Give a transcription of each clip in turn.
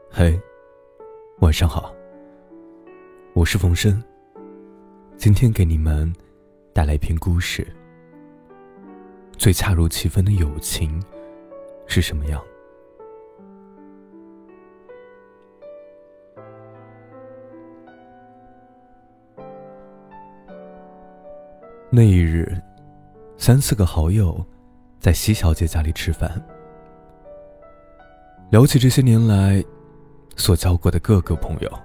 嘿，晚上好，我是冯生。今天给你们带来一篇故事。最恰如其分的友情是什么样？那一日，3、4个好友在西小姐家里吃饭，聊起这些年来所交过的各个朋友，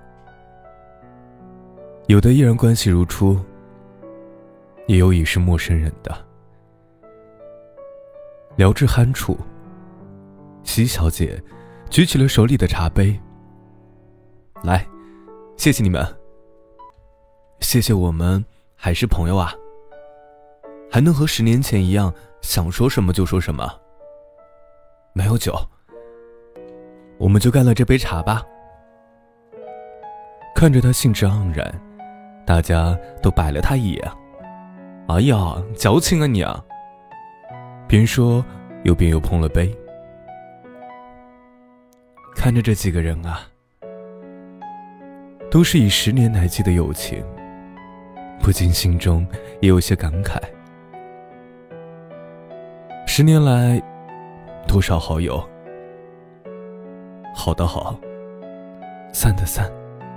有的依然关系如初，也有已是陌生人的。聊至酣处，西小姐举起了手里的茶杯，来，谢谢你们，谢谢我们还是朋友啊，还能和10年前一样想说什么就说什么。没有酒，我们就干了这杯茶吧。看着他兴致盎然，大家都摆了他一眼。哎呀，矫情啊你啊！边说又碰了杯。看着这几个人啊，都是以10年来计的友情，不禁心中也有些感慨。10年来，多少好友，好的好，散的散。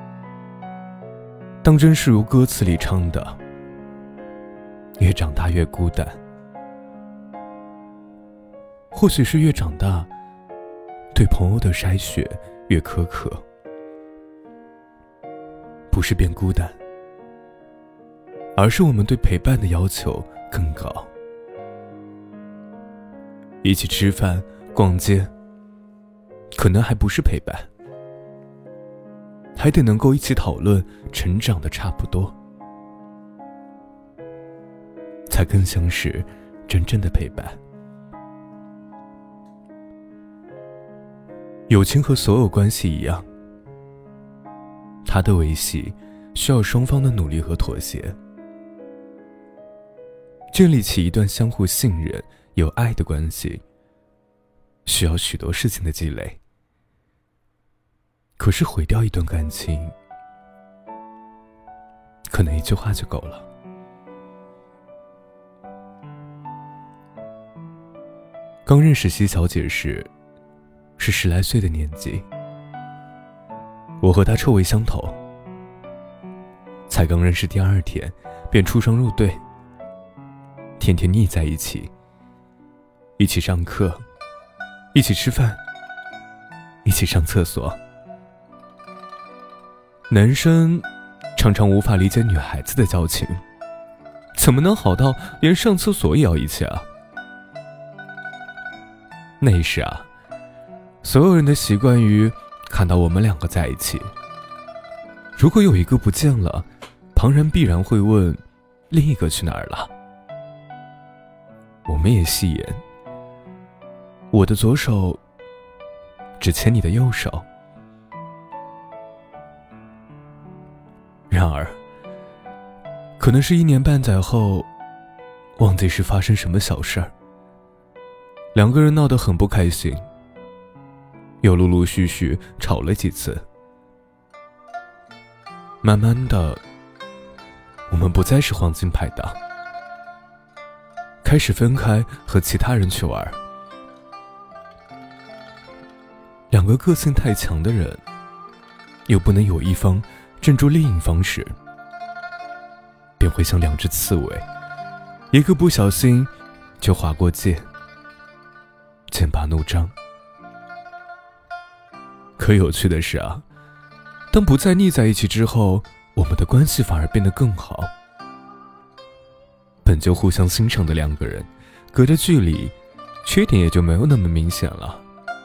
当真是如歌词里唱的，越长大越孤单。或许是越长大，对朋友的筛选越苛刻。不是变孤单，而是我们对陪伴的要求更高。一起吃饭、逛街，可能还不是陪伴，还得能够一起讨论成长的差不多，才更像是真正的陪伴。友情和所有关系一样，它的维系需要双方的努力和妥协。建立起一段相互信任、有爱的关系，需要许多事情的积累。可是毁掉一段感情，可能一句话就够了。刚认识西小姐时，是10来岁的年纪，我和她臭味相投，才刚认识第2天便出双入对，天天腻在一起，一起上课，一起吃饭，一起上厕所。男生常常无法理解女孩子的交情，怎么能好到连上厕所也要一起啊？那时啊，所有人都习惯于看到我们2个在一起，如果有一个不见了，旁人必然会问另一个去哪儿了。我们也戏言，我的左手只牵你的右手。然而，可能是1年半载后，忘记是发生什么小事儿，2个人闹得很不开心，又陆陆续续吵了几次。慢慢的，我们不再是黄金拍档，开始分开和其他人去玩。2个个性太强的人，又不能有一方镇住另一方时，便会像2只刺猬，一个不小心就划过界，剑拔弩张。可有趣的是啊，当不再腻在一起之后，我们的关系反而变得更好。本就互相欣赏的2个人，隔着距离，缺点也就没有那么明显了。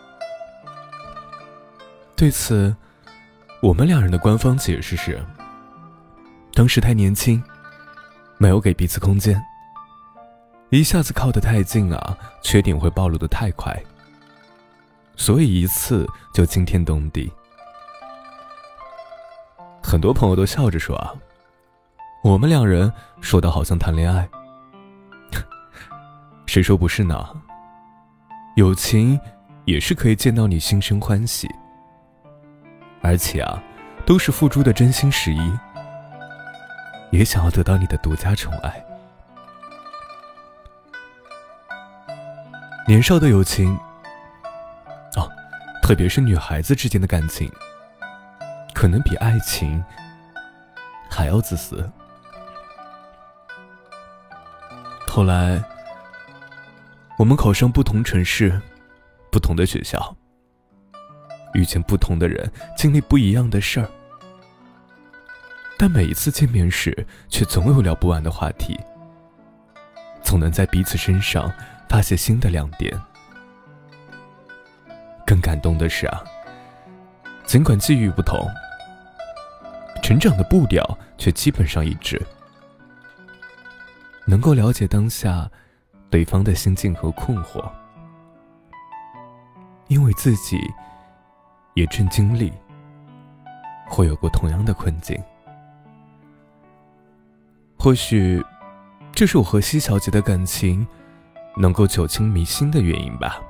对此，我们2人的官方解释是，当时太年轻，没有给彼此空间，一下子靠得太近啊，缺点会暴露得太快，所以一次就惊天动地。很多朋友都笑着说啊，我们2人说的好像谈恋爱。谁说不是呢？友情也是可以见到你心生欢喜， 而且都是付出的真心实意，也想要得到你的独家宠爱。年少的友情，特别是女孩子之间的感情，可能比爱情还要自私。后来，我们考上不同城市、不同的学校，遇见不同的人，经历不一样的事儿，但每一次见面时，却总有聊不完的话题，总能在彼此身上发现新的亮点。更感动的是尽管际遇不同，成长的步调却基本上一致，能够了解当下对方的心境和困惑，因为自己也正经历会有过同样的困境。或许这是我和西小姐的感情能够久经弥新的原因吧。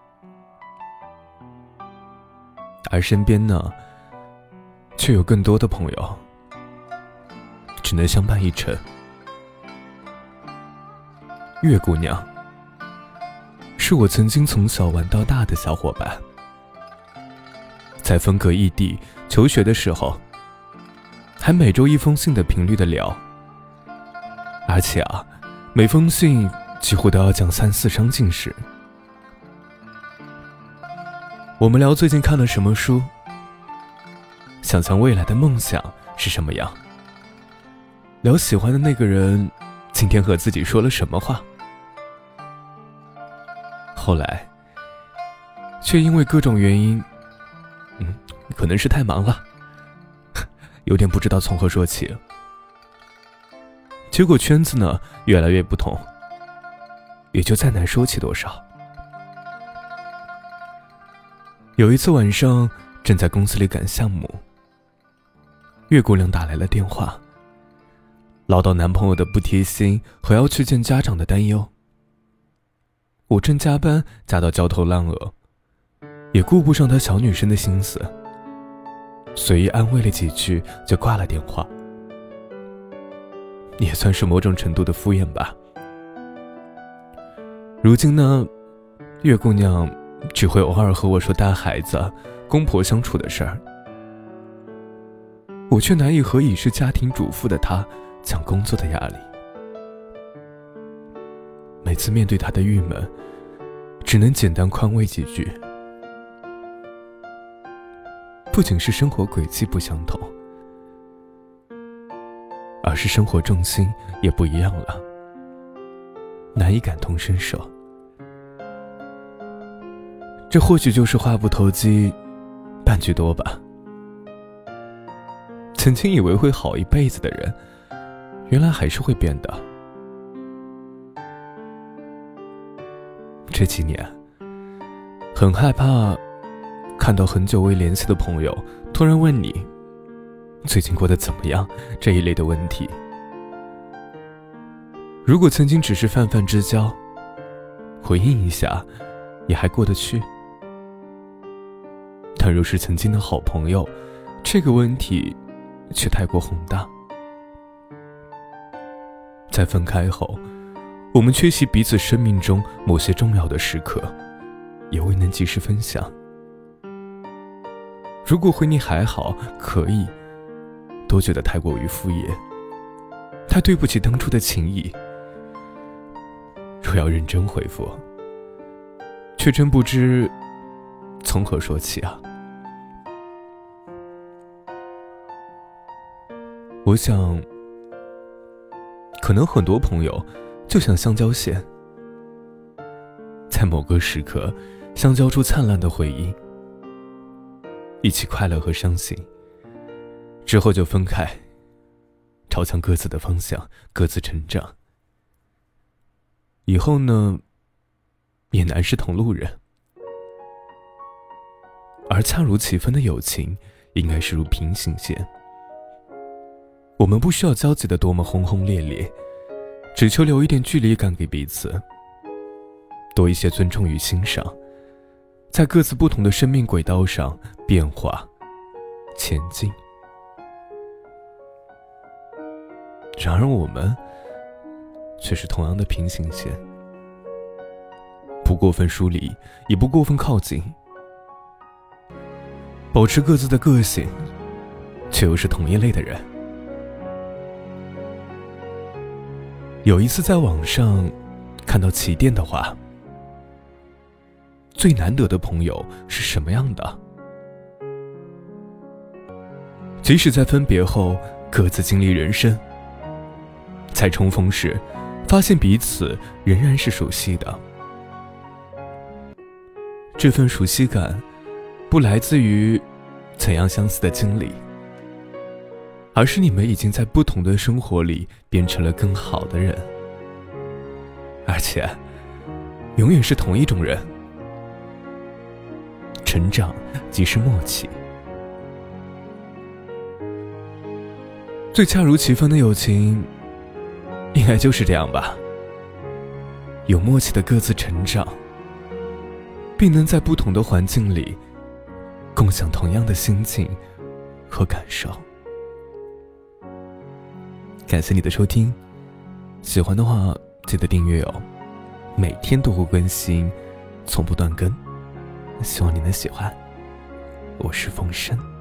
而身边呢，却有更多的朋友只能相伴一程。月姑娘是我曾经从小玩到大的小伙伴，在分隔异地求学的时候，还每周1封信的频率的聊，而且每封信几乎都要讲3、4章进士。我们聊最近看了什么书，想象未来的梦想是什么样，聊喜欢的那个人今天和自己说了什么话。后来却因为各种原因，可能是太忙了，有点不知道从何说起，结果圈子呢越来越不同，也就再难说起多少。有一次晚上正在公司里赶项目，月姑娘打来了电话，唠叨男朋友的不贴心和要去见家长的担忧。我正加班加到焦头烂额，也顾不上她小女生的心思，随意安慰了几句就挂了电话，也算是某种程度的敷衍吧。如今呢，月姑娘只会偶尔和我说带孩子、公婆相处的事儿，我却难以和已是家庭主妇的她讲工作的压力。每次面对她的郁闷，只能简单宽慰几句。不仅是生活轨迹不相同，而是生活重心也不一样了，难以感同身受。这或许就是话不投机半句多吧。曾经以为会好一辈子的人，原来还是会变的。这几年很害怕看到很久未联系的朋友突然问你最近过得怎么样这一类的问题。如果曾经只是泛泛之交，回应一下也还过得去，但若是曾经的好朋友，这个问题却太过宏大。在分开后，我们缺席彼此生命中某些重要的时刻，也未能及时分享。如果回你还好可以，都觉得太过于敷衍，太对不起当初的情谊。若要认真回复，却真不知从何说起啊。我想，可能很多朋友就像香蕉线，在某个时刻相交出灿烂的回忆，一起快乐和伤心，之后就分开，朝向各自的方向，各自成长。以后呢，也难是同路人。而恰如其分的友情，应该是如平行线。我们不需要交集的多么轰轰烈烈，只求留一点距离感给彼此，多一些尊重与欣赏，在各自不同的生命轨道上变化前进。然而我们却是同样的平行线，不过分疏离，也不过分靠近，保持各自的个性，却又是同一类的人。有一次在网上看到起点的话，最难得的朋友是什么样的？即使在分别后各自经历人生，在重逢时发现彼此仍然是熟悉的。这份熟悉感不来自于怎样相似的经历，而是你们已经在不同的生活里变成了更好的人，而且永远是同一种人。成长即是默契，最恰如其分的友情应该就是这样吧，有默契的各自成长，并能在不同的环境里共享同样的心境和感受。感谢你的收听，喜欢的话记得订阅哦，每天都会更新，从不断更，希望你能喜欢。我是风声。